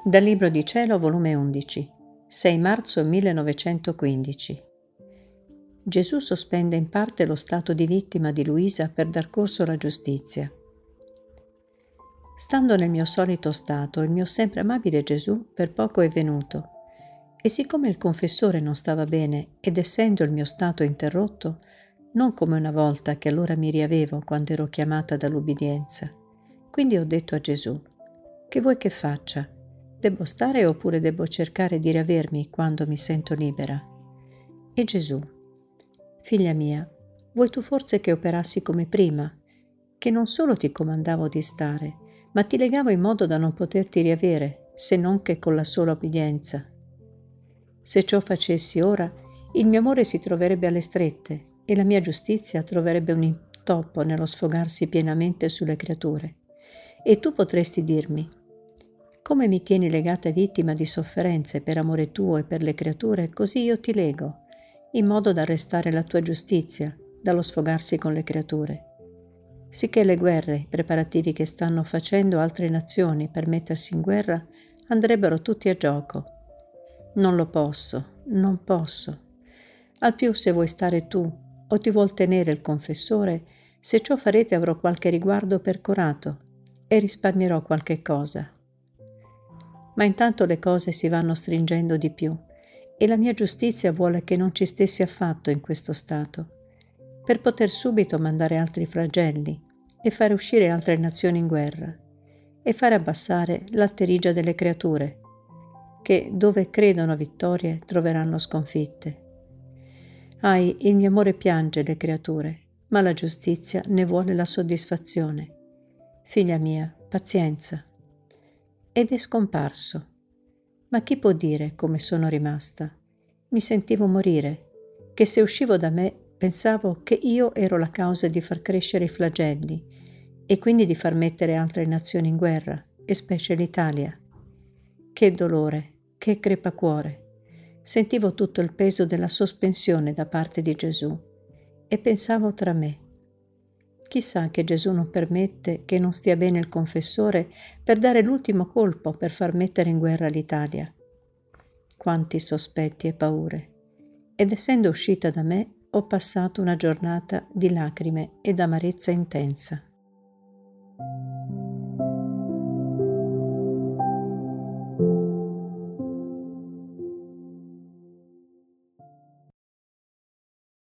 Dal Libro di Cielo, volume 11, 6 marzo 1915. Gesù sospende in parte lo stato di vittima di Luisa per dar corso alla giustizia. Stando nel mio solito stato, il mio sempre amabile Gesù per poco è venuto, e siccome il confessore non stava bene, ed essendo il mio stato interrotto, non come una volta che allora mi riavevo quando ero chiamata dall'ubbidienza, quindi ho detto a Gesù: che vuoi che faccia? Debbo stare oppure debbo cercare di riavermi quando mi sento libera? E Gesù: figlia mia, vuoi tu forse che operassi come prima, che non solo ti comandavo di stare, ma ti legavo in modo da non poterti riavere, se non che con la sola obbedienza? Se ciò facessi ora, il mio amore si troverebbe alle strette e la mia giustizia troverebbe un intoppo nello sfogarsi pienamente sulle creature. E tu potresti dirmi: come mi tieni legata e vittima di sofferenze per amore tuo e per le creature, così io ti lego, in modo da arrestare la tua giustizia dallo sfogarsi con le creature. Sicché le guerre, i preparativi che stanno facendo altre nazioni per mettersi in guerra, andrebbero tutti a gioco. Non lo posso, non posso. Al più, se vuoi stare tu o ti vuol tenere il confessore, se ciò farete avrò qualche riguardo percorato e risparmierò qualche cosa. Ma intanto le cose si vanno stringendo di più e la mia giustizia vuole che non ci stessi affatto in questo stato, per poter subito mandare altri flagelli e fare uscire altre nazioni in guerra e fare abbassare l'alterigia delle creature, che dove credono vittorie troveranno sconfitte. Ahi, il mio amore piange le creature, ma la giustizia ne vuole la soddisfazione. Figlia mia, pazienza. Ed è scomparso. Ma chi può dire come sono rimasta? Mi sentivo morire, che se uscivo da me pensavo che io ero la causa di far crescere i flagelli e quindi di far mettere altre nazioni in guerra, e specie l'Italia. Che dolore, che crepacuore! Sentivo tutto il peso della sospensione da parte di Gesù e pensavo tra me: chissà che Gesù non permette che non stia bene il confessore per dare l'ultimo colpo per far mettere in guerra l'Italia. Quanti sospetti e paure. Ed essendo uscita da me, ho passato una giornata di lacrime ed amarezza intensa.